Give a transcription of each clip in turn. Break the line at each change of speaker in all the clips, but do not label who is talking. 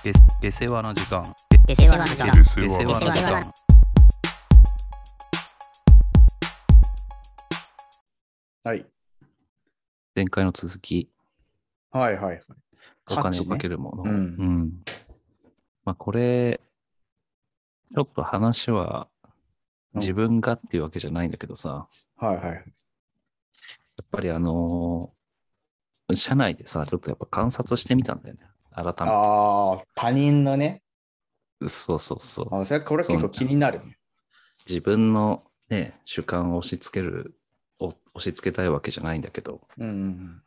下世話の時間。
下世話の時間。
下世話の時間。
はい。
前回の続き、
はいはいはい。
お金をかけるもの。
価値ねうん。
まあこれ、ちょっと話は自分がっていうわけじゃないんだけどさ、
はいはい。
やっぱり社内でさ、ちょっとやっぱ観察してみたんだよね。改めて。
ああ、他人のね。
そうそうそう。
あ、それこれ結構気になるね。
自分のね、主観を押し付けたいわけじゃないんだけど、
うんうん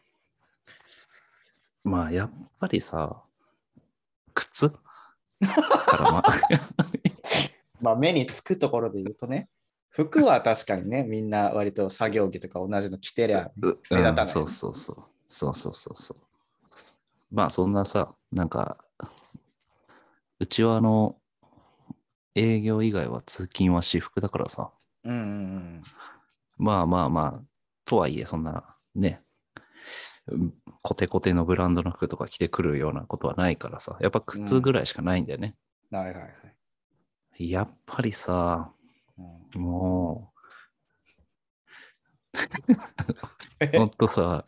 まあやっぱりさ、靴からまあ
まあ目につくところで言うとね、服は確かにね、みんな割と作業着とか同じの着てりゃ、ね、目立たない、
そうそうそう。そうそうそうそう。まあそんなさ、なんか、うちは営業以外は通勤は私服だからさ、
うんうんうん。
まあまあまあ、とはいえそんなね、コテコテのブランドの服とか着てくるようなことはないからさ、やっぱ靴ぐらいしかないんだよね。
はいはいはい。
やっぱりさ、もう、ほんとさ、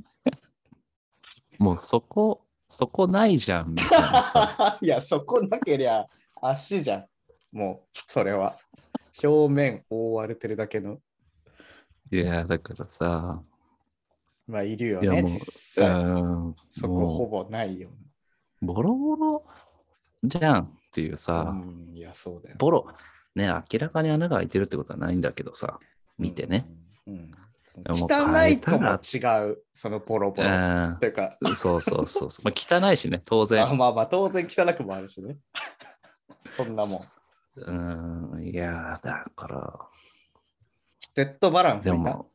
もうそこないじゃん、みたいなさ。
いや、そこなけりゃ足じゃん。もう、それは。表面覆われてるだけの。
いや、だからさ、
まあ、いるよね、
いやもう、
実際。そこほ
も
ぼないよ。
う、ボロボロじゃんっていうさ、
いや、そうだよ。
ね、明らかに穴が開いてるってことはないんだけどさ、見てね。もう
汚
変え
いとも
たら
違う、そのボロボロ。っていうか、
そうそうそう。まあ、汚いしね、当然。
まあまあ、当然汚くもあるしね。そんなもん。
いや、だから。
Z バランスいた。
でも、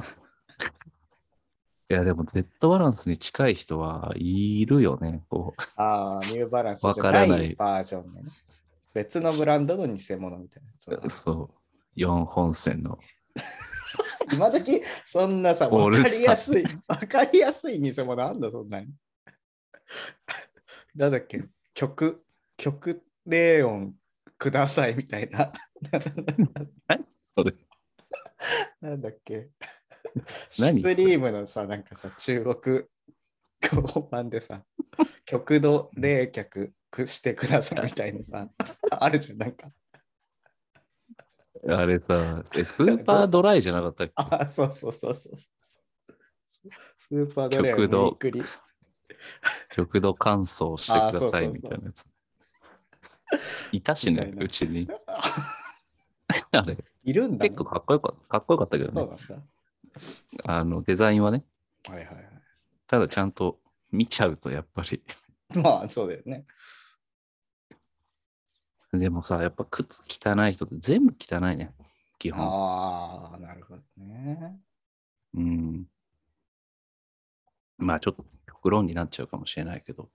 いや、でも Z バランスに近い人はいるよね。こう
ああ、ニューバランスじゃ
わからない
バージョンね。別のブランドの偽物みたいな。
そう。4本線の。
今時そんなさ、わかりやすい偽物あんだ、そんなに。なんだっけ、曲レーオンくださいみたいな。
それ
なんだっけ、
何
シュプリームのさ、なんかさ、中国語版でさ、極度冷却してくださいみたいなさ、あるじゃん、なんか。
あれさ、スーパードライじゃなかったっけ？
あ、そう。スーパードレー無理くり。
極度乾燥してくださいみたいなやつ。いたしね、うちに。あれ
いるんだ、ね。
結構かっこよかったけどね。
そうなんだ。
デザインはね。
はいはいはい。
ただちゃんと見ちゃうとやっぱり。
まあそうだよね。
でもさ、やっぱ靴汚い人って全部汚いね。基本。
ああ、なるほどね。
うん。まあちょっと極論になっちゃうかもしれないけど。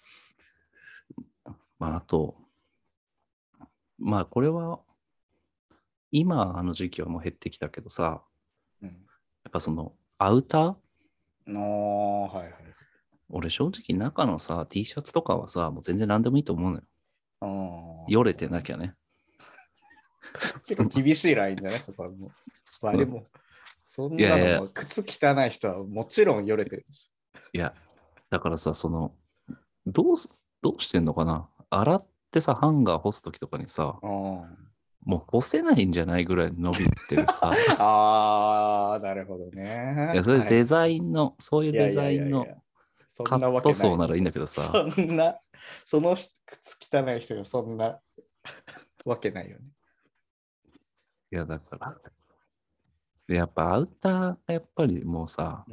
まああと、まあこれは、今の時期はもう減ってきたけどさ、やっぱそのアウター
はいはい。
俺正直中のさ、T シャツとかはさ、もう全然何でもいいと思うのよ。よれてなきゃね。
結構厳しいラインだね、そこはもう。まあでも、そんなのも靴汚い人はもちろんよれてるでしょ。
いや、だからさ、どうしてんのかな、洗ってさ、ハンガー干すときとかにさ、もう干せないんじゃないぐらい伸びてるさ。
ああ、なるほどね。
いや、それデザインの、そういうデザインのカットソーならいいんだけどさ。
その靴汚い人がそんなわけないよね。
いや、だから。やっぱアウターがやっぱりもうさ、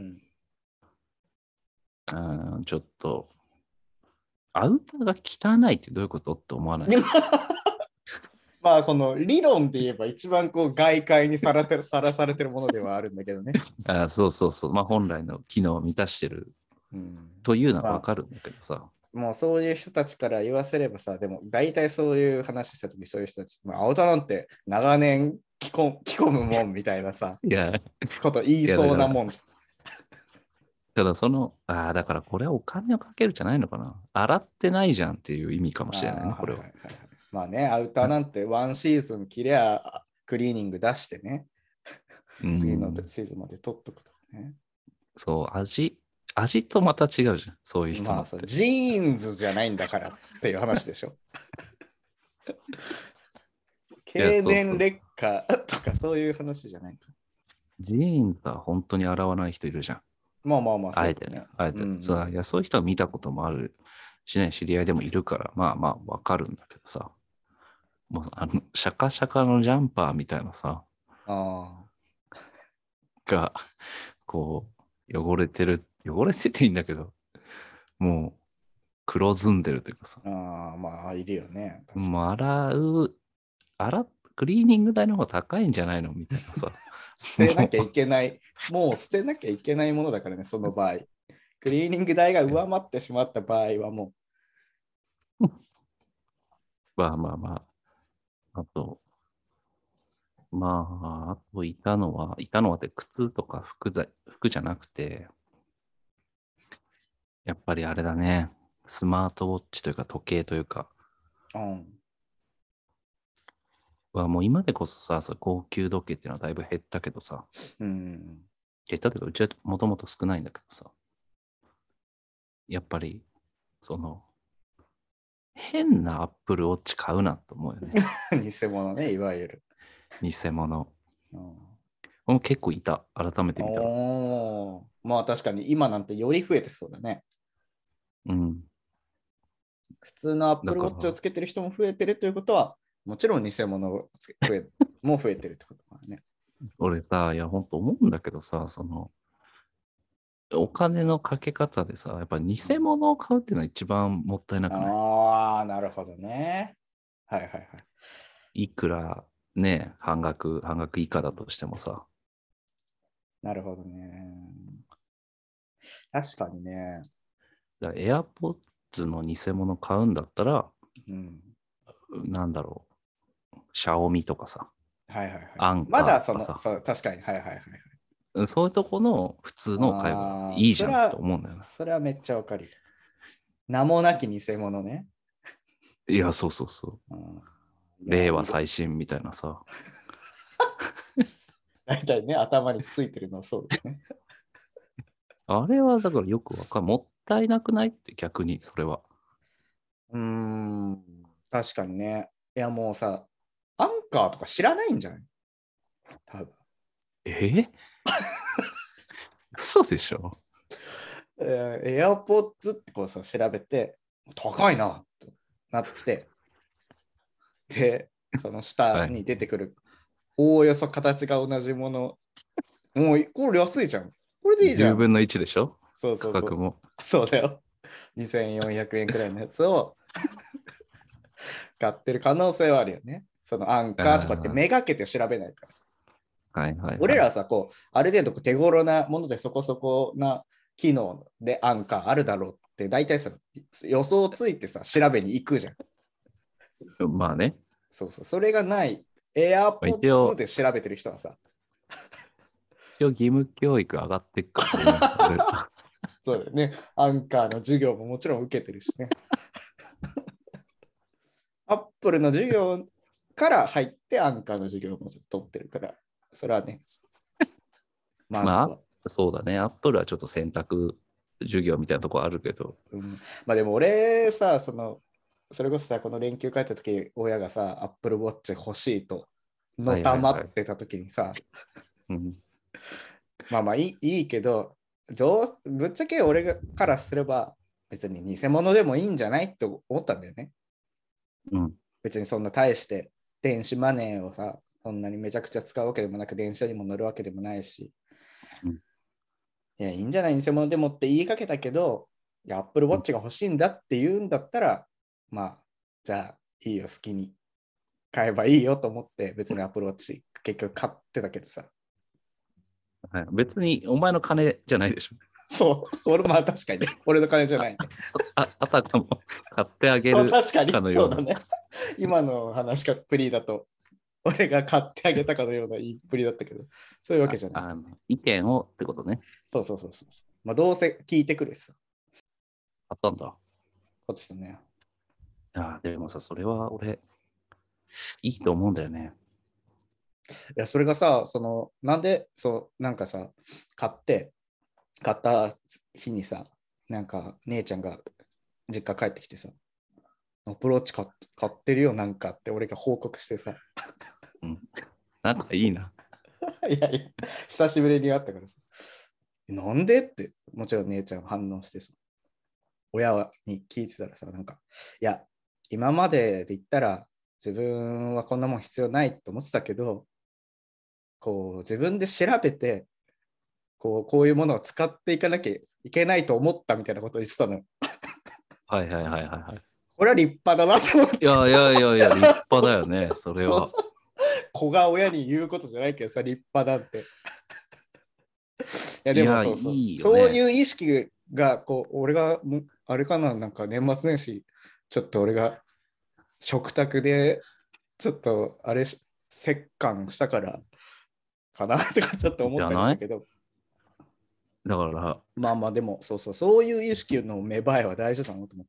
ちょっと、アウターが汚いってどういうことって思わない？
まあこの理論で言えば一番こう外界にさらされてるものではあるんだけどね。
そう。まあ本来の機能を満たしてるというのはわかるんだけどさ。
もうそういう人たちから言わせればさ、でも大体そういう話したときそういう人たち、アウターなんて長年着込むもんみたいなさ、
いや、
こと言いそうなもん。
ただだからこれはお金をかけるじゃないのかな。洗ってないじゃんっていう意味かもしれないね、これは。
はいはいはいはい。まあね、アウターなんてワンシーズン切りゃクリーニング出してね、次のシーズンまで取っとくとかね。
そう、味とまた違うじゃん、そういう人
まあそう、
のって。
ジーンズじゃないんだからっていう話でしょ。経年劣化とかそういう話じゃないか。
ジーンズは本当に洗わない人いるじゃん。
まあまあまあ、そう
あえてね。
だね。
あえて。そういや、そういう人は見たこともあるしね、知り合いでもいるから、まあまあわかるんだけどさ。もうシャカシャカのジャンパーみたいなさ、
あ
が、こ汚れてていいんだけど、もう黒ずんでるというかさ、
あ、まあ、いるよね。確かに。
もうクリーニング代の方が高いんじゃないのみたいなさ。
捨てなきゃいけない、もう捨てなきゃいけないものだからね、その場合。クリーニング代が上回ってしまった場合はも
まあまあまあ。あといたのはって靴とか服じゃなくて、やっぱりあれだね。スマートウォッチというか時計というか、
う、うん。
もう今でこそさ、そう高級時計っていうのはだいぶ減ったけどさ、
うん。
減ったというか、うちはもともと少ないんだけどさ、やっぱり、その、変なアップルウォッチ買うなと思うよね。
偽物ね、いわゆる。
偽物。
うん、
もう結構いた。改めて見たら。
おー、まあ確かに今なんてより増えてそうだね。
うん。
普通の
だ
Apple
か
Watch を
ら、
つけてる人も増えてるということは、もちろん偽物をも増えてるってことだね。
俺さ、いや、ほんと思うんだけどさ、お金のかけ方でさ、やっぱ偽物を買うっていうのは一番もったいなくない？
ああ、なるほどね。はいはいはい。
いくらね、半額以下だとしてもさ、
なるほどね。確かにね。
AirPods の偽物買うんだったら、
うん。
なんだろう、シャオミとかさ、
はいはいはい。
アン
まだ
カーとかさ、
そう、確かに。はいはいはい。
そういうとこの普通のを買えば
ああ、
いいじゃんって思うんだよね。
それはめっちゃわかる。名もなき偽物ね。
いや、そうそうそう。
うん、いや、
令和最新みたいなさ。
大体ね、頭についてるのはそうだね。
あれはだからよくもったいなくないって逆にそれは。
うーん、確かにね。いや、もうさ、アンカーとか知らないんじゃない？多分。
嘘でしょ？
エアポッツってこうさ、調べて、高いな、となって、で、その下に出てくる、おおよそ形が同じもの、もうこれ安いじゃん。これでいいじゃ
10
ん。
分の1でしょ？
そうそ
価
うそう。
格も。
そうだよ。2400円くらいのやつを買ってる可能性はあるよね。そのアンカーとかってめがけて調べないからさ。
はいはいはい。
俺らはさ、こう、ある程度手頃なものでそこそこな機能でアンカーあるだろうって大体さ、予想ついてさ、調べに行くじゃん。
まあね。
そうそう、それがない AirPods で調べてる人はさ、
一応義務教育上がってっからね。
そうだよね、アンカーの授業ももちろん受けてるしね。アップルの授業から入ってアンカーの授業も取ってるから、それはね、まずは。
まあ、そうだね。アップルはちょっと選択授業みたいなとこあるけど。
まあでも俺さ、それこそさ、この連休帰った時、親がさ、アップルウォッチ欲しいとのたまってた時にさ、まあまあいいけど、ぶっちゃけ俺からすれば別に偽物でもいいんじゃないって思ったんだよね。
うん。
別にそんな大して電子マネーをさ、そんなにめちゃくちゃ使うわけでもなく、電車にも乗るわけでもないし、
うん、
いや、いいんじゃない偽物でもって言いかけたけど、いや、Apple Watch が欲しいんだって言うんだったら、まあ、じゃあいいよ、好きに買えばいいよと思って、別に Apple Watch 結局買ってたけどさ。
はい、別にお前の金じゃないでしょ。
そう、俺まあ確かに、俺の金じゃないね。
あたかも買ってあげ
そう、
る
確かに、
かのような。
そうだね。今の話かプリだと、俺が買ってあげたかのような言いっぷりだったけど、そういうわけじゃない。
意見をってことね。
そうそうそうそう。 まあどうせ聞いてくるしさ。
あったんだ。
こっちとね。
いや、でもさ、それは俺、いいと思うんだよね。
いや、それがさ、なんで、なんかさ、買った日にさ、なんか姉ちゃんが実家帰ってきてさ、アプローチ買ってるよなんかって俺が報告してさ、
うん。なんかいいな。
いやいや、久しぶりに会ったからさ、なんでって、もちろん姉ちゃん反応してさ、親に聞いてたらさ、なんか、いや、今までで言ったら自分はこんなもん必要ないと思ってたけど、こう自分で調べて、こういうものを使っていかなきゃいけないと思ったみたいなことを言ってたのよ。
はいはいはいはいはい。
これは立派だなと思って。
いやいやいやいや、立派だよね、
そう
それは。
子が親に言うことじゃないけどさ、立派だって。いや、でもそうそう。
いいよね。
そういう意識が、こう、俺があれかな、なんか年末年始、ちょっと俺が食卓で、ちょっとあれ、折感したからかなとかちょっと思ったりしたけど。
だから、
まあまあ、でも、そういう意識の芽生えは大事だなと思った。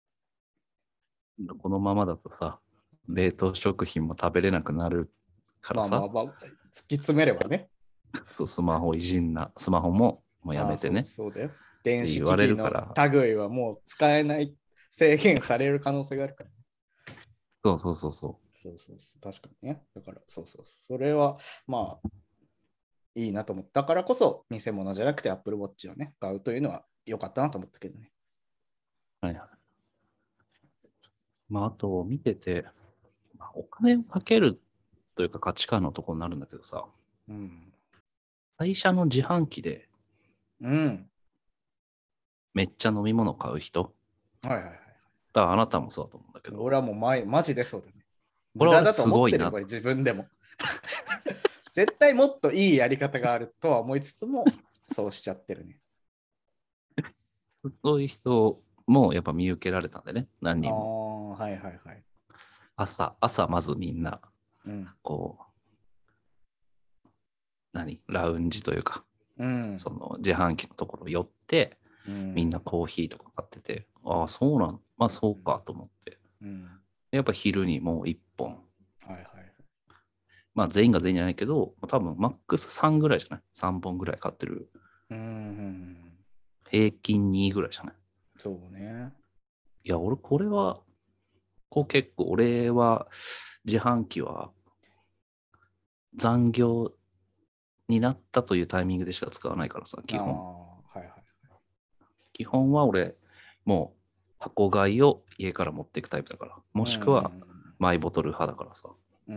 このままだとさ、冷凍食品も食べれなくなるからさ、
まあまあまあ、突き詰めればね。
そう、スマホスマホもうやめてね。
そうだよ。電子
言われ
機器の
るから
類はもう使えない、制限される可能性があるから。
そうそうそうそ
確かにね。だから、それは、まあ、いいなと思った。だからこそ、偽物じゃなくて Apple Watch をね、買うというのは良かったなと思ったけどね。
う。はいはい。まあ、あと、見てて、まあ、お金をかけるというか価値観のところになるんだけどさ、
うん。
会社の自販機で
うん。
めっちゃ飲み物買う人、
はいはいはい。
だからあなたもそうだと思うんだけど、
俺はもうマジでそうだね。
これは俺
無駄だと
すごいな
思ってるよ、これ自分でも。絶対もっといいやり方があるとは思いつつも、そうしちゃってるね。
そういう人もやっぱ見受けられたんでね、何人も。
はいはいはい。
朝まずみんな、
うん。
こう、ラウンジというか、
うん。
その自販機のところ寄って、みんなコーヒーとか買ってて、ああ、そうなん、まあそうかと思って。
うん。
やっぱ昼にもう1本。
はいはい。
まあ全員が全員じゃないけど、多分マックス3ぐらいじゃない ?3 本ぐらい買ってる。平均2ぐらいじゃない
そうね。
いや、これは、結構、俺は自販機は残業になったというタイミングでしか使わないからさ、基本。
はいはい。
基本は俺、もう箱買いを家から持っていくタイプだから。もしくはマイボトル派だからさ。
うん。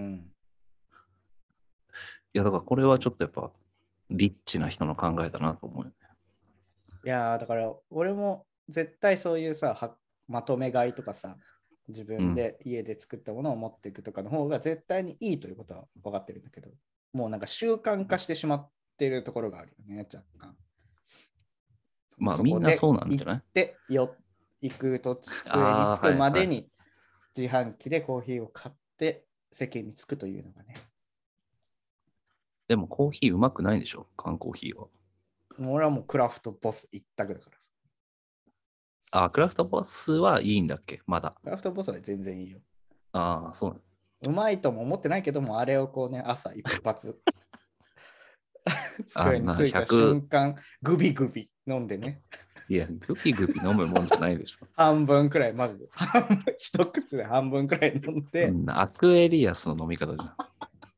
いや、だからこれはちょっとやっぱ、リッチな人の考えだなと思うよね。
いやだから俺も絶対そういうさ、まとめ買いとかさ、自分で家で作ったものを持っていくとかの方が絶対にいいということは分かってるんだけど、もうなんか習慣化してしまってるところがあるよね、若干。
まあみんなそうなんじゃない
行くと机に着くまでに自販機でコーヒーを買って席に着くというのがね。
でもコーヒーうまくないでしょ、缶コーヒーは。
俺はもうクラフトボス一択だからさ。
クラフトボスはいいんだっけまだ。
クラフトボスは全然いいよ。
そうなん
うまいとも思ってないけども、あれをこうね、朝一発机に着いた瞬間、グビグビ飲んでね。
いや、グビグビ飲むもんじゃないでしょ。
半分くらい、まず、一口で半分くらい飲んで。
アクエリアスの飲み方じゃん。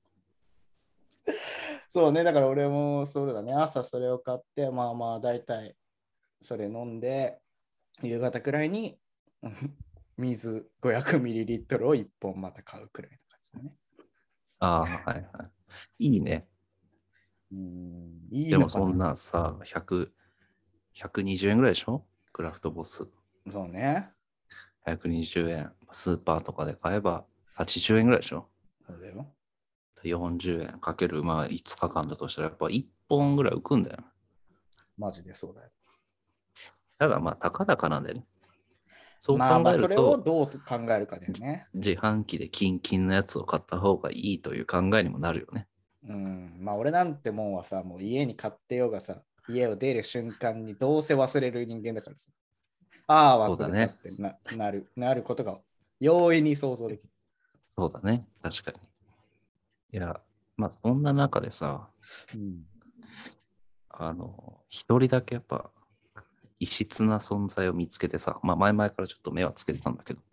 そうね、だから俺もそうだね、朝それを買って、まあまあ、大体それ飲んで、夕方くらいに水 500ml を1本また買うくらいの感じだね。
はいはい。いいね。
いい
でもそんなさ、120円ぐらいでしょクラフトボス。
そうね。
120円。スーパーとかで買えば80円ぐらいでしょ
そうだよ。
40円かける、まあ5日間だとしたらやっぱ1本ぐらい浮くんだよ。
マジでそうだよ。
ただまあ、たかだかなんだよね。そう考
まあまあ、
えると、
それをどう考えるかだよね。
自販機でキンキンのやつを買った方がいいという考えにもなるよね。
まあ俺なんてもんはさ、もう家に買ってようがさ、 家を出る瞬間にどうせ忘れる人間だからさ。ああ、忘れたってなることが容易に想像できる。
そうだね。確かに。いや、まあそんな中でさ、一人だけやっぱ異質な存在を見つけてさ、まあ前々からちょっと目はつけてたんだけど、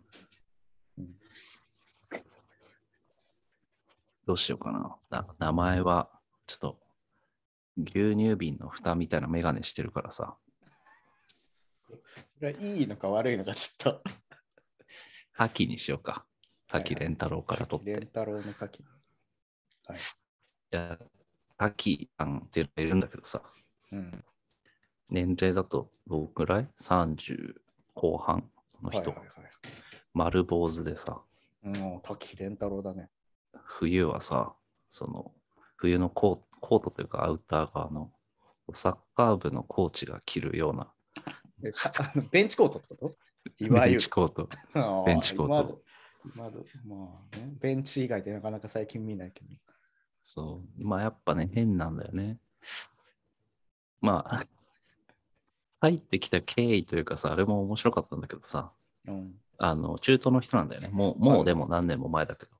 どうしようかな。名前は、ちょっと牛乳瓶の蓋みたいなメガネしてるからさ、
それはいいのか悪いのかちょっと。
滝にしようか。滝蓮太郎から取って。
滝蓮太郎の滝。はい。
いや、滝さんっていうのがいるんだけどさ、年齢だとどうくらい ?30 後半の人、丸坊主でさ、
滝蓮太郎だね。
冬はさ、冬のコートというかアウター側のサッカー部のコーチが着るような
ベンチコートってこといわゆる。
ベンチコート。ベンチコート。
まあね、ベンチ以外でなかなか最近見ないけど。
そう。まあやっぱね、変なんだよね。まあ、入ってきた経緯というかさ、あれも面白かったんだけどさ、中東の人なんだよね。もうでも何年も前だけど。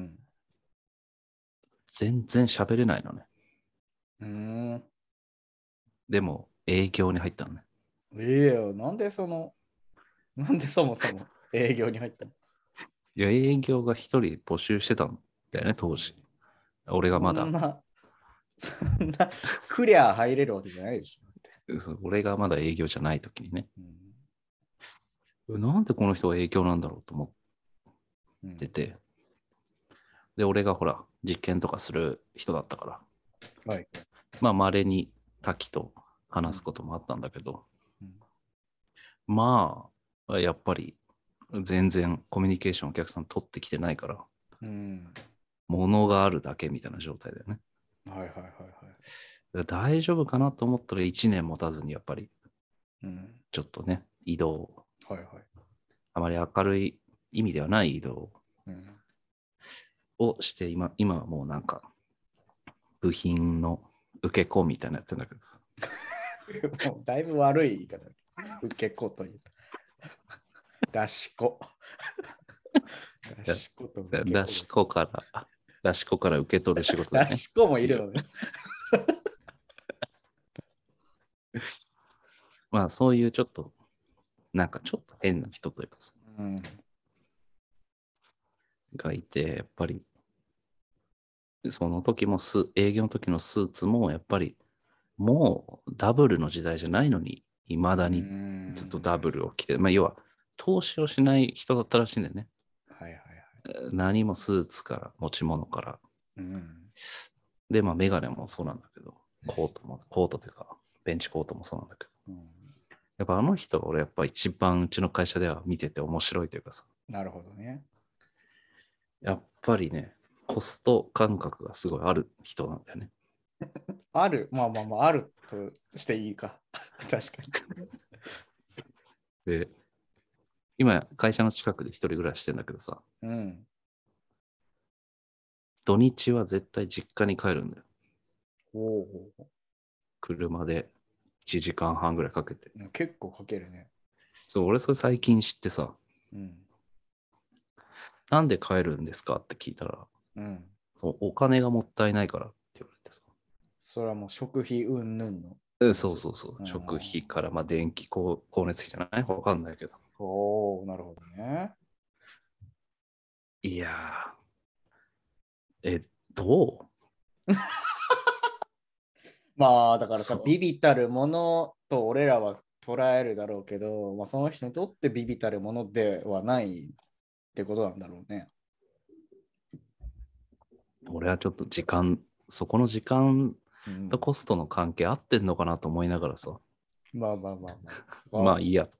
全然喋れないのね。でも営業に入ったのね。
なんでそもそも営業に入ったの？
いや、営業が一人募集してたんだよね、当時。俺がまだ。
そんなクリア入れるわけじゃないでし
ょ。俺がまだ営業じゃない時にね。なんでこの人が営業なんだろうと思ってて。で、俺がほら、実験とかする人だったから。まあ、稀に滝と話すこともあったんだけど、まあ、やっぱり全然コミュニケーションお客さん取ってきてないから、物があるだけみたいな状態だよね。大丈夫かなと思ったら1年持たずにやっぱり、ちょっとね、移動、あまり明るい意味ではない移動をして、今はもうなんか、部品の受け子みたいなやってんだけどさ。
もうだいぶ悪い言い方。受け子というか。出し子。
出し子から受け取る仕事だね。
出し子もいるのね。
まあそういうちょっと、なんかちょっと変な人というかさ、がいて、やっぱり、その時も営業の時のスーツもやっぱり、もうダブルの時代じゃないのに、いまだにずっとダブルを着て、まあ要は投資をしない人だったらしいんだよね。何もスーツから持ち物から。で、まあメガネもそうなんだけど、コートというか、ベンチコートもそうなんだけど。やっぱあの人が俺やっぱ一番うちの会社では見てて面白いというかさ。
なるほどね。
やっぱりね、コスト感覚がすごいある人なんだよね。
ある、まあ、あるとしていいか。確かに。
で、今、会社の近くで一人暮らししてんだけどさ、土日は絶対実家に帰るんだよ。車で1時間半ぐらいかけて。
結構かけるね。
そう、俺それ最近知ってさ、なんで帰るんですかって聞いたら、そうお金がもったいないからって言われてさ。
それはもう食費云々の。
そう。食費から、まあ電気、光熱費じゃないわかんないけど。
なるほどね。
いやー、どう
まあ、だからさ、ビビたるものと俺らは捉えるだろうけど、まあ、その人にとってビビたるものではないってことなんだろうね。
俺はちょっとそこの時間とコストの関係合ってんのかなと思いながらさ。
まあ。
まあいいや。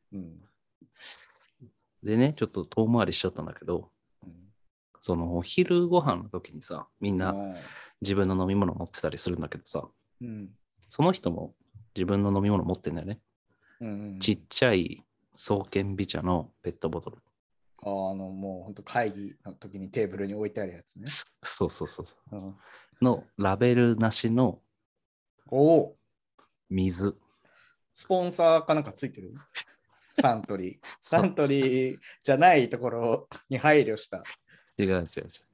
でね、ちょっと遠回りしちゃったんだけど、そのお昼ご飯の時にさ、みんな自分の飲み物持ってたりするんだけどさ、その人も自分の飲み物持ってんだよね。ちっちゃい爽健美茶のペットボトル。
もう本当会議の時にテーブルに置いてあるやつね。
そう。のラベルなしの水。
スポンサーかなんかついてる？サントリー。サントリーじゃないところに配慮した。
違う違う違う。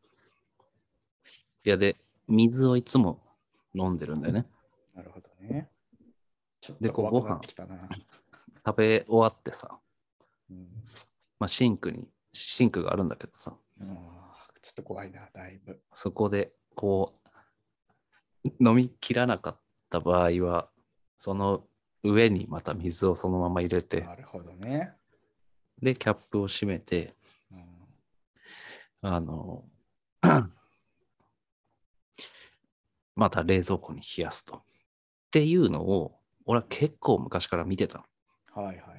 いやで、水をいつも飲んでるんだよね。
なるほどね。ちょっ
で、
と怖くなってきたな。
食べ終わってさ、
うん
まあ、シンクがあるんだけどさ、
ちょっと怖いな、だいぶ。
そこでこう飲み切らなかった場合は、その上にまた水をそのまま入れて、
なるほどね。
で、キャップを閉めて、あの、また冷蔵庫に冷やすと。っていうのを、俺は結構昔から見てたの。
はいはいはい。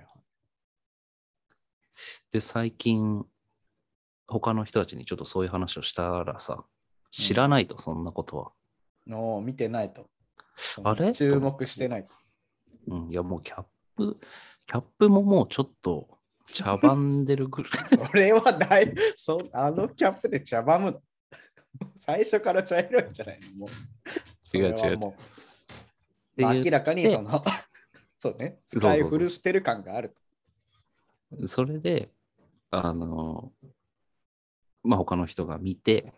で、最近、他の人たちにちょっとそういう話をしたらさ、知らないと、そんなことは。
見てないと。
あれ
注目してないと。
いやもうキャップももうちょっと茶番でるぐらい。
それはあのキャップで茶番むの。最初から茶色いんじゃないの？もうそれはもう、明らかにそうね、使い古してる感がある。
それで、まあ他の人が見て、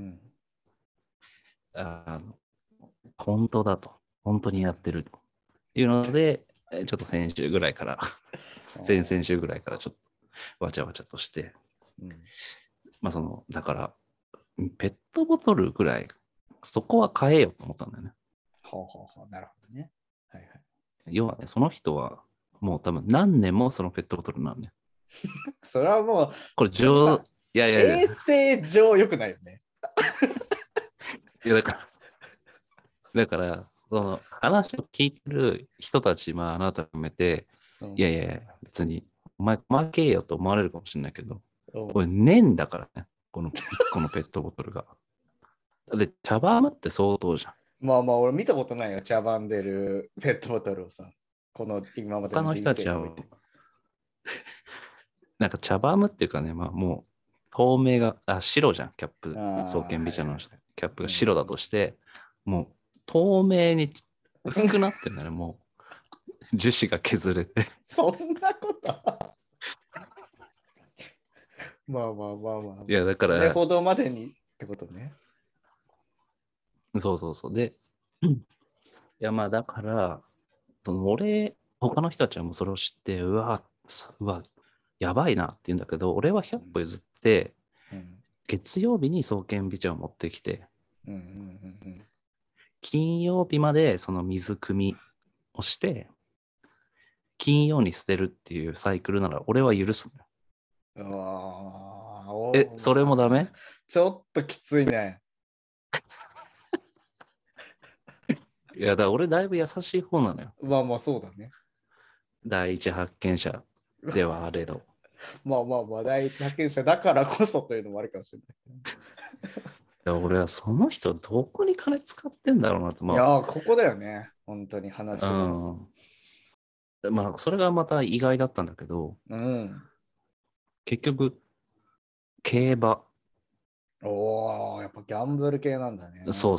本当だと、本当にやってるというので、ちょっと先週ぐらいから、先々週ぐらいからちょっとわちゃわちゃとして、まあだから、ペットボトルぐらい、そこは買えよと思ったんだよね。
なるほどね。はいはい。
要はね、その人はもう多分何年もそのペットボトルなんね。
それはもう、
これ
衛生上良くないよね。
いやだから、その話を聞いてる人たち、まああなた含めて、いやいや、別に、お前負けよと思われるかもしれないけど、これ年だからね、この1個のペットボトルが。で、茶番って相当じゃん。
まあまあ、俺見たことないよ、茶番でるペットボトルをさ、この今までの人生において。
なんか茶番っていうかね、まあもう透明が、白じゃん、キャップ。創建美茶のキャップが白だとして、もう透明に薄くなってんだね、もう樹脂が削れて。
そんなことまあまあまあまあ。
いや、だから。
それほどまでにってことね。
そう。で、いやまあだから、他の人たちはもうそれを知って、うわ、やばいなって言うんだけど、俺は100歩譲って、月曜日に創建美茶を持ってきて、金曜日までその水汲みをして、金曜に捨てるっていうサイクルなら俺は許すのよ。それもダメ？
ちょっときついね。
いや、だから俺だいぶ優しい方なのよ。
まあまあそうだね。
第一発見者ではあれど。
まあまあまあ、第一発見者だからこそというのもあるかもしれ
ない。俺はその人どこに金使ってんだろうなと。
いやー、ここだよね。本当に話
の。まあ、それがまた意外だったんだけど、結局、競馬。
おー、やっぱギャンブル系なんだね。
そう。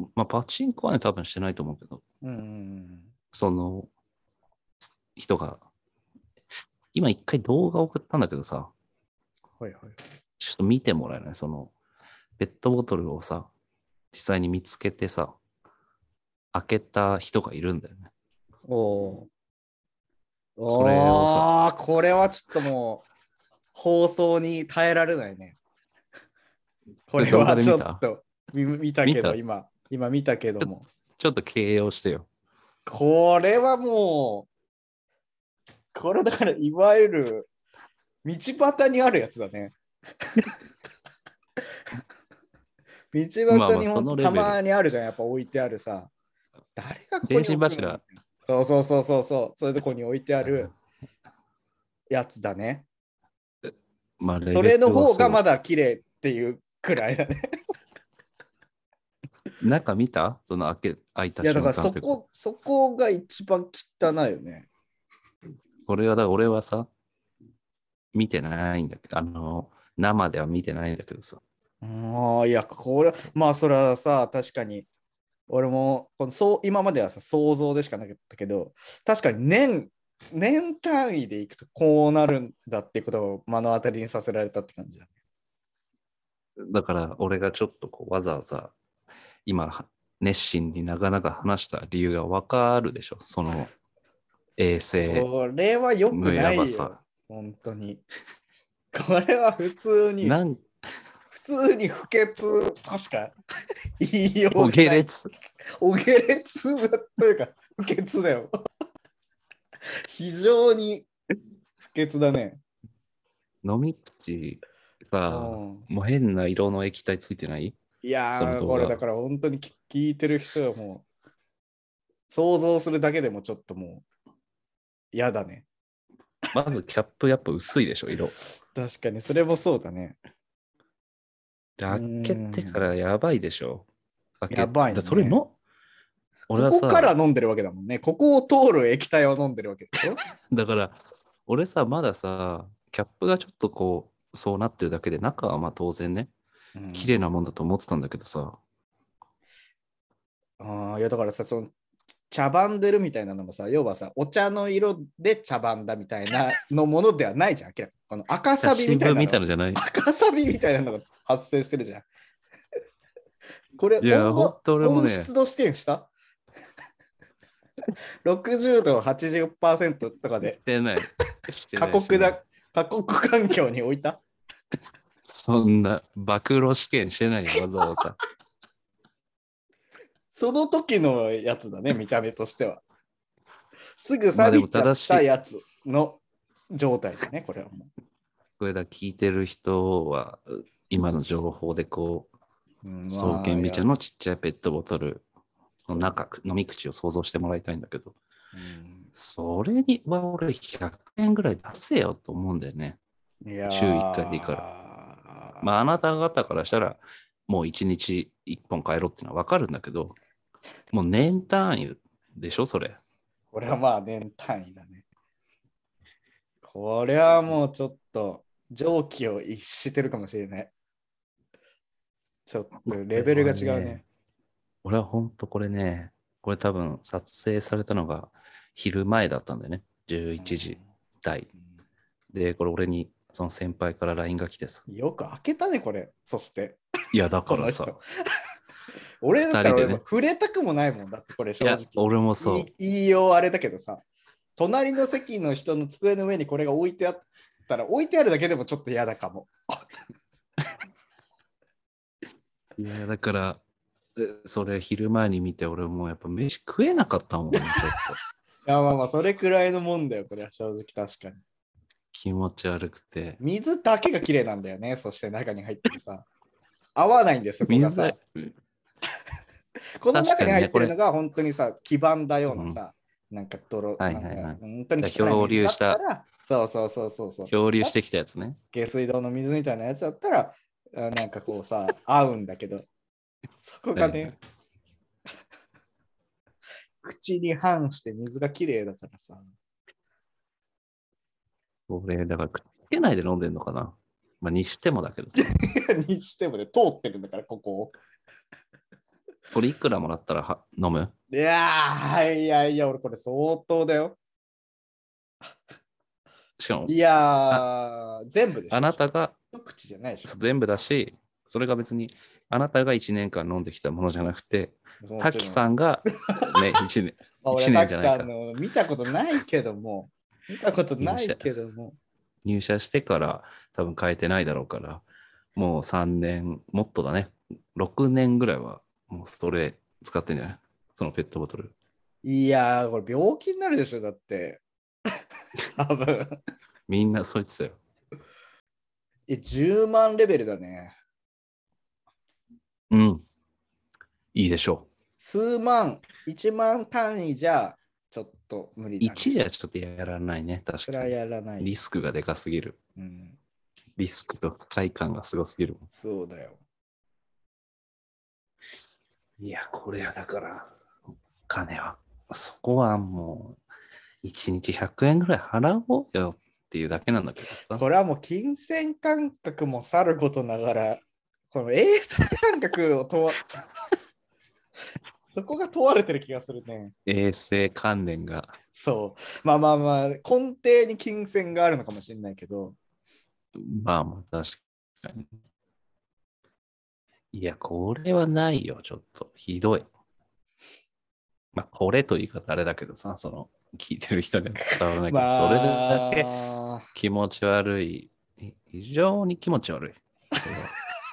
まあ、パチンコはね、多分してないと思うけど、その人が、今一回動画送ったんだけどさ、ちょっと見てもらえない？その、ペットボトルをさ、実際に見つけてさ、開けた人がいるんだよね。それをさ、
これはちょっともう、放送に耐えられないね。これはちょっと見たけど、今見たけども。
ちょっと形容してよ。
これはもう、これだからいわゆる道端にあるやつだね。道端にほんとたまにあるじゃん、やっぱ置いてあるさ。誰がここに置くの？
電信柱。
そういうとこに置いてあるやつだね。
まあ、
それの方がまだ綺麗っていうくらいだね。
中見た？その開いた瞬間。
いやだからそこが一番汚いよね。
俺はさ、見てないんだけど、生では見てないんだけどさ。
いや、これ、まあそれはさ、確かに俺も今まではさ想像でしかなかったけど、確かに年単位でいくとこうなるんだっていうことを目の当たりにさせられたって感じだね。
だから俺がちょっとわざわざ今熱心になかなか話した理由がわかるでしょ。その衛星
これは良く
の
ないよ
やばさ。
本当に。これは普通に不潔としか言いようがない。
お下劣。
お下劣というか不潔だよ。非常に不潔だね。
飲み口さ、もう変な色の液体ついてない？
いやー、これだから本当に聞いてる人はもう想像するだけでもちょっともう嫌だね。
まずキャップやっぱ薄いでしょ、色。
確かにそれもそうだね。
開けてからやばいでしょ。
やばいね。
それの
俺はさ、ここから飲んでるわけだもんね。ここを通る液体を飲んでるわけでしょ。
だから俺さ、まださ、キャップがちょっとそうなってるだけで、中はまあ当然ね、綺麗なもんだと思ってたんだけどさ。
いやだからさ、その茶番でるみたいなのもさ、要はさ、お茶の色で茶番だみたいなのものではないじゃん。明らかにこの赤サビみたいな
じゃない。
赤サビみたいなのが発生してるじゃん。これ、温湿度試験した60度80% とかで
してない。
過酷環境に置いた。
そんな暴露試験してないよ、わざわざ。
その時のやつだね、見た目としては。すぐ錆びちゃったやつの状態だね、これはもう。
これだ、聞いてる人は、今の情報で創建美茶のちっちゃいペットボトルの中、飲み口を想像してもらいたいんだけど、それには俺100円ぐらい出せよと思うんだよね。週1回でいいから。まあ、あなた方からしたら、もう1日1本帰ろうっていうのは分かるんだけど、もう年単位でしょ、それ。
これはまあ年単位だね。これはもうちょっと常軌を逸してるかもしれない。ちょっとレベルが違うね。
俺は本当これね、これ多分撮影されたのが昼前だったんだよね。11時台。で、これ俺にその先輩から LINE が来てさ。
よく開けたね、これ。そして。
いや、だからさ。
俺だったら触れたくもないもんだって、これ正直。
いや、俺もそう。
言いようあれだけどさ、隣の席の人の机の上にこれが置いてあったら、置いてあるだけでもちょっと嫌だかも。
いや、だから、それ昼前に見て、俺もやっぱ飯食えなかったもんね、ちょっ
と。いや、まあそれくらいのもんだよ、これは正直確かに。
気持ち悪くて。
水だけが綺麗なんだよね、そして中に入ってるさ。合わないんですよ、ここがさ。この中に入ってるのが本当にさ、黄ばんだようなさ、なんか泥、なんか本当に
漂流した。
そう。
漂流してきたやつね。
下水道の水みたいなやつだったら、なんかこうさ、合うんだけど、そこがね、口に反して水がきれいだからさ。
俺、だからくっつけないで飲んでんのかな。まあ、にしてもだけどさ。
にしてもね、通ってるんだから、ここを。
これいくらもらったら飲む？
いや、俺これ相当だよ。
しかも、
いや全部でしょ。
あなたが
口じゃないでしょ。
全部だし、それが別にあなたが1年間飲んできたものじゃなくて、滝さんが、ね、1年。
俺、滝さんの見たことないけども、
入社してから多分変えてないだろうから、もう3年、もっとだね。6年ぐらいはもうそれ使ってんじゃない？そのペットボトル。
いやー、これ病気になるでしょ、だって。多分。
みんなそう言ってたよ。
10万レベルだね。
うん。いいでしょう。
数万、1万単位じゃちょっと無理だ、ね。
1じゃちょっとやらないね。確かに。
それはやらない。
リスクがでかすぎる。
うん、
リスクと不快感がすごすぎる。
そうだよ。
いや、これはだから、金は、そこはもう、1日100円ぐらい払おうよっていうだけなんだけどさ。
これはもう金銭感覚もさることながら、この衛生感覚をそこが問われてる気がするね。
衛生関連が。
そう。まあまあまあ、根底に金銭があるのかもしれないけど。
まあまあ、確かに。いや、これはないよ、ちょっと。ひどい。まあ、これという言い方あれだけどさ、聞いてる人には伝わらないけど、それだけ
まあ、
気持ち悪い。非常に気持ち悪い。これは。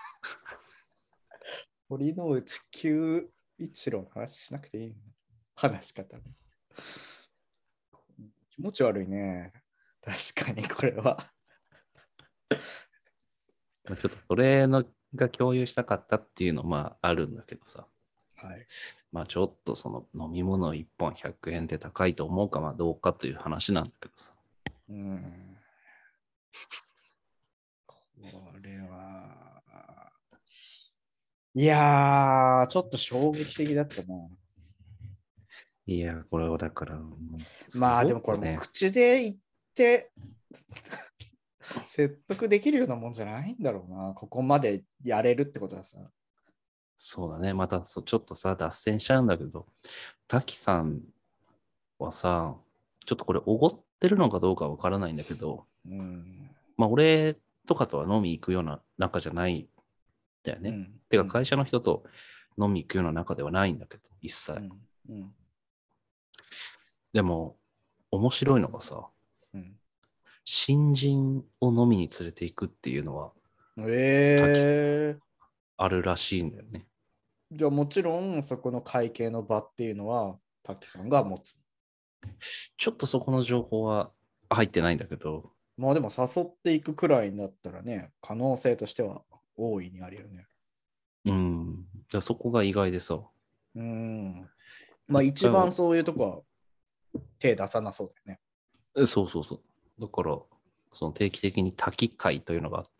堀之内久一郎の話しなくていいの話し方。気持ち悪いね。確かにこれは。
ちょっとそれのが共有したかったっていうのまああるんだけどさ。
はい。
まあちょっとその飲み物1本100円で高いと思うかまあどうかという話なんだけどさ。
うん。これは。いやー、ちょっと衝撃的だったな。
いや、これはだから
まあでもこれもう口で言って説得できるようなもんじゃないんだろうな。ここまでやれるってことはさ。
そうだね。またちょっとさ、脱線しちゃうんだけど、滝さんはさ、ちょっとこれおごってるのかどうかわからないんだけど、
うん。
まあ俺とかとは飲み行くような仲じゃないんだよね。てか会社の人と飲み行くような仲ではないんだけど、一切。でも、面白いのがさ、新人を飲みに連れて行くっていうのは、あるらしいんだよね。
じゃあもちろんそこの会計の場っていうのは滝さんが持つ。
ちょっとそこの情報は入ってないんだけど。
まあでも誘っていくくらいになったらね、可能性としては大いにあるよね。
うん。じゃあそこが意外でさ。
まあ一番そういうとこは手出さなそうだよ
ね。そうそうそう。だから、その定期的に滝会というのがあって。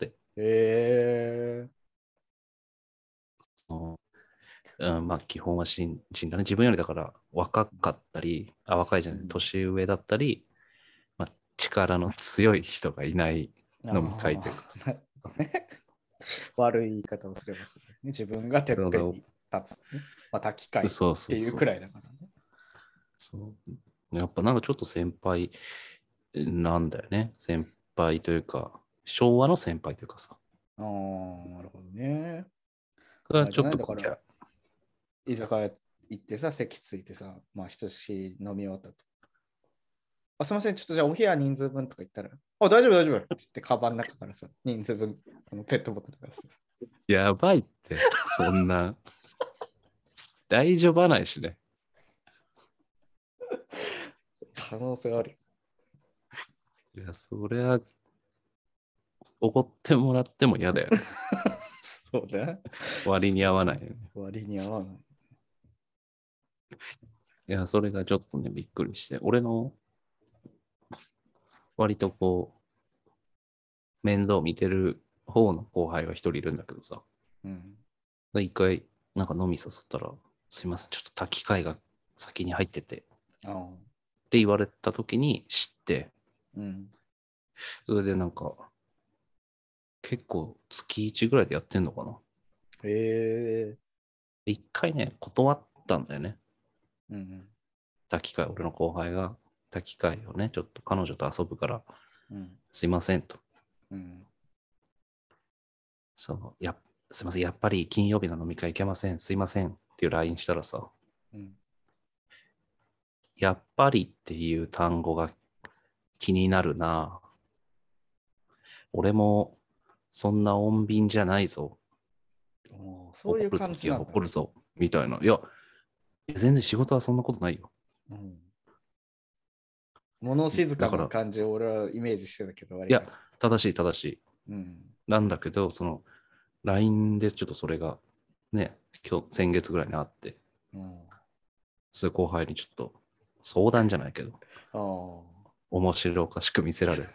まあ基本は新人だね。自分よりだから若かったり、若いじゃない、年上だったり、まあ、力の強い人がいない飲み会というか。
悪い言い方をすればする、ね。自分がてっぺんに立つ、ね。また機械っていうくらいだからね。
そうやっぱなんかちょっと先輩なんだよね。先輩というか、昭和の先輩というかさ。
なるほどね。
それはちょっと
だから居酒屋行ってさ、席ついてさ、まあ一し飲み終わったと。すみません、ちょっとじゃあお部屋人数分とか言ったら、大丈夫大丈夫って言って、カバンの中からさ、人数分、ペットボトル出してさ。
やばいって、そんな。大丈夫はないしね。
可能性ある。
いや、それは、おごってもらっても嫌だよね。
そうだ。
割に合わないよね。
割に合わない。
いや、それがちょっとね、びっくりして、俺の、割とこう、面倒見てる方の後輩が一人いるんだけどさ。一回、なんか飲み誘ったら、すいません、ちょっと滝会が先に入ってて、って言われた時に知って、それでなんか、結構月1ぐらいでやってんのかな。一回ね、断ったんだよね。滝会、俺の後輩が滝会をね、ちょっと彼女と遊ぶから、すいませんと。すいません、やっぱり金曜日の飲み会行けません、すいませんっていう LINE したらさ、やっぱりっていう単語が気になるな。俺もそんな穏便じゃないぞ。
そういう感じなんだ。
怒るぞ。みたいな。いや、全然仕事はそんなことないよ。
物静かな感じを俺はイメージしてたけど、
いや、正しい。なんだけど、LINE でちょっとそれがね、先月ぐらいにあって、そういう後輩にちょっと相談じゃないけど、面白おかしく見せられて。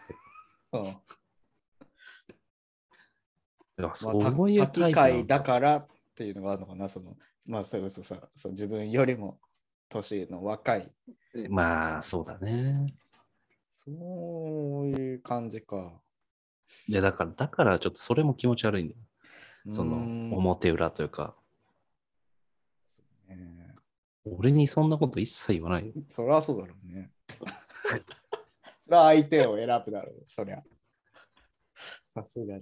そういうタイプ
会だからっていうのがあるのかな、まあそれこそさ、自分よりも年の若い。
まあ、そうだね。
そういう感じか。
いや、だからちょっとそれも気持ち悪いんだよ。表裏というか。 俺にそんなこと一切言わないよ。
そりゃそうだろうね。それは相手を選ぶだろう、そりゃ。さすがに。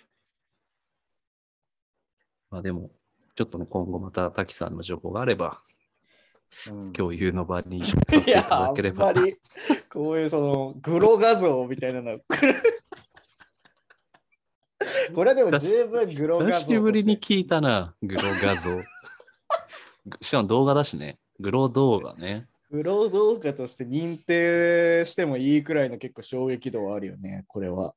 まあでも、ちょっとね、今後また滝さんの情報があれば、共有の場にさせていただければ。
いや、あんまり、こういうその、グロ画像みたいなの。これでも十分グロ画像として。
久しぶりに聞いたな、グロ画像。しかも動画だしね。グロ動画ね。
グロ動画として認定してもいいくらいの結構衝撃度はあるよね、これは。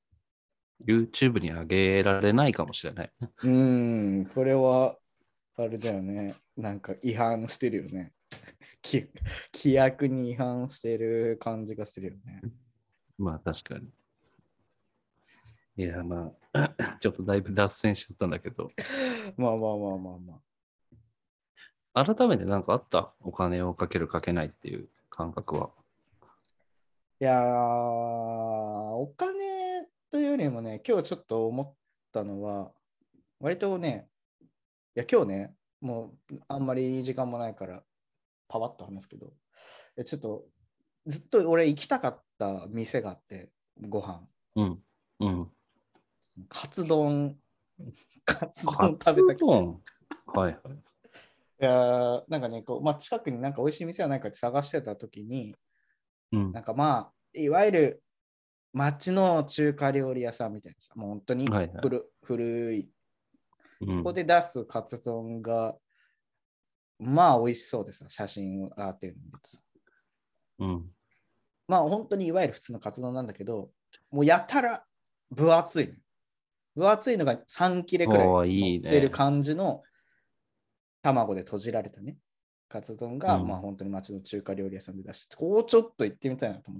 YouTube に上げられないかもしれない。
これは、あれだよね。なんか違反してるよね。規約に違反してる感じがするよね。
まあ確かに。いや、まあ、ちょっとだいぶ脱線しちゃったんだけど。
まあまあまあまあまあ。
改めて何かあった？お金をかけるかけないっていう感覚は。
いやー、お金というよりもね、今日ちょっと思ったのは、割とね、いや今日ね、もうあんまり時間もないから、パワッと話すけど、ちょっとずっと俺行きたかった店があって、ご飯。
うん。うん。
カツ丼
カ
食
ツ
べたくて。
丼はいはい。
いやなんかねこう、まあ、近くになんか美味しい店はないかって探してた時に、なんかまあいわゆる町の中華料理屋さんみたいなさ、もう本当に
はいはい。
古い、そこ
うん。
で出すカツ丼がまあ美味しそうでさ、写真をあってるの見るとさ、
うん。
まあ本当にいわゆる普通のカツ丼なんだけど、もうやたら分厚いの。分厚いのが3切れくらい
おー、
乗っ
いいね。
てる感じの卵で閉じられたね、カツ丼が、まあ本当に町の中華料理屋さんで出して、こうちょっと行ってみたいなと思って、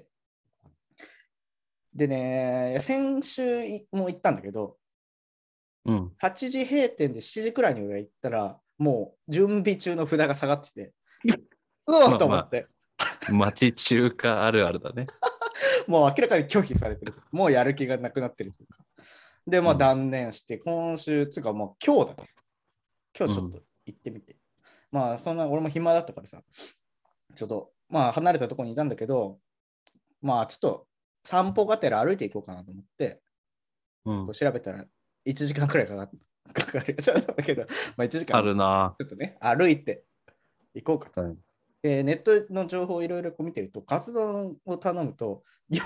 でね、先週も行ったんだけど、8時閉店で7時くらいに俺が行ったら、もう準備中の札が下がってて、うおと思って、
町中華あるあるだね。
もう明らかに拒否されてるとか、もうやる気がなくなってるというか。で、まあ断念して、今週、つうかもう今日だね。今日ちょっと行ってみて。まあそんな俺も暇だったからさ、ちょっとまあ離れたところにいたんだけど、まあちょっと散歩がてら歩いていこうかなと思って、こう調べたら1時間くらいかかるだけど、まあ1時間
あるな。
ちょっとね、歩いて行こうかと。ネットの情報をいろいろ見てると、カツ丼を頼むと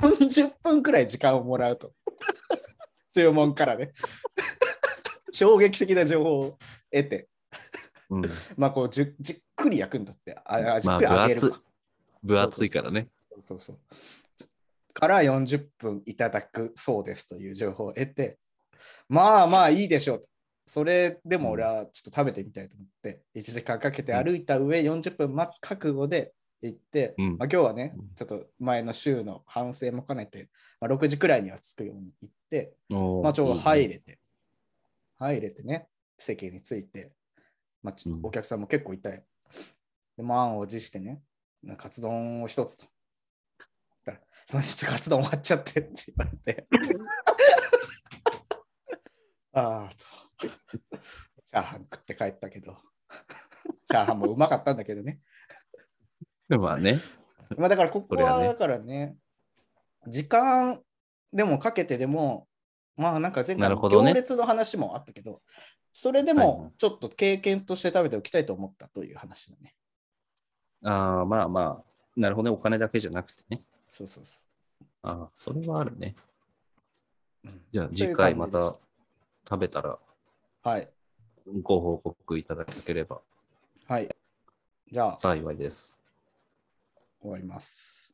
40分くらい時間をもらうと。注文からね。衝撃的な情報を得て。まあこうじっくり焼くんだって。じっくり揚げるか。
分厚いからね。
そうそう。から40分いただくそうですという情報を得て、まあまあいいでしょうと。それでも俺はちょっと食べてみたいと思って、1時間かけて歩いた上、40分待つ覚悟で行って、まあ、今日はね、ちょっと前の週の反省も兼ねて、まあ、6時くらいには着くように行って、まあ、ちょうど入れてね、席に着いて、まあ、お客さんも結構いたよ。で、満を持してね、カツ丼を一つと。すみません、カツ丼終わっちゃってって言われて。ああと。チャーハン食って帰ったけど。チャーハンもうまかったんだけどね。
まあね。
まあだからここはだからね、時間でもかけてでも、まあなんか前回の行列の話もあったけど、それでもちょっと経験として食べておきたいと思ったという話だね。
ああ、まあまあ、なるほどね。お金だけじゃなくてね。
そうそうそう。
ああ、それはあるね。じゃあ次回また食べたら、
はい。
ご報告いただければ。
はい。じゃあ、
幸いです。
終わります。